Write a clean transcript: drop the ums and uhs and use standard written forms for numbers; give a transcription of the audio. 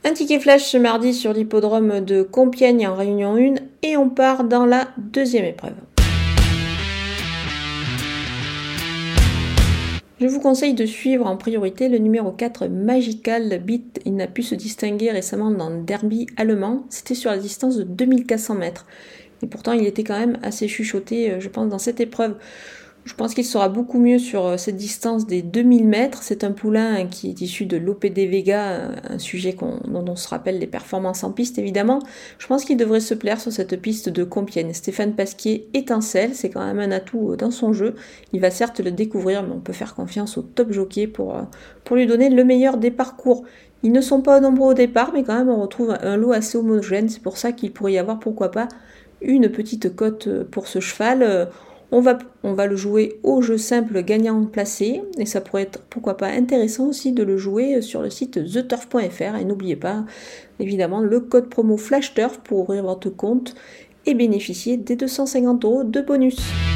Un ticket flash ce mardi sur l'hippodrome de Compiègne en Réunion 1 et on part dans la deuxième épreuve. Je vous conseille de suivre en priorité le numéro 4 Magical Beat. Il n'a pu se distinguer récemment dans le derby allemand. C'était sur la distance de 2400 mètres. Et pourtant, il était quand même assez chuchoté, je pense, dans cette épreuve. Je pense qu'il sera beaucoup mieux sur cette distance des 2000 mètres. C'est un poulain qui est issu de l'OPD Vega, un sujet dont on se rappelle les performances en piste évidemment. Je pense qu'il devrait se plaire sur cette piste de Compiègne. Stéphane Pasquier étincelle, c'est quand même un atout dans son jeu. Il va certes le découvrir, mais on peut faire confiance au top jockey pour lui donner le meilleur des parcours. Ils ne sont pas nombreux au départ, mais quand même on retrouve un lot assez homogène. C'est pour ça qu'il pourrait y avoir, pourquoi pas, une petite cote pour ce cheval. On va le jouer au jeu simple gagnant placé et ça pourrait être pourquoi pas intéressant aussi de le jouer sur le site theturf.fr et n'oubliez pas évidemment le code promo FlashTurf pour ouvrir votre compte et bénéficier des 250 € de bonus.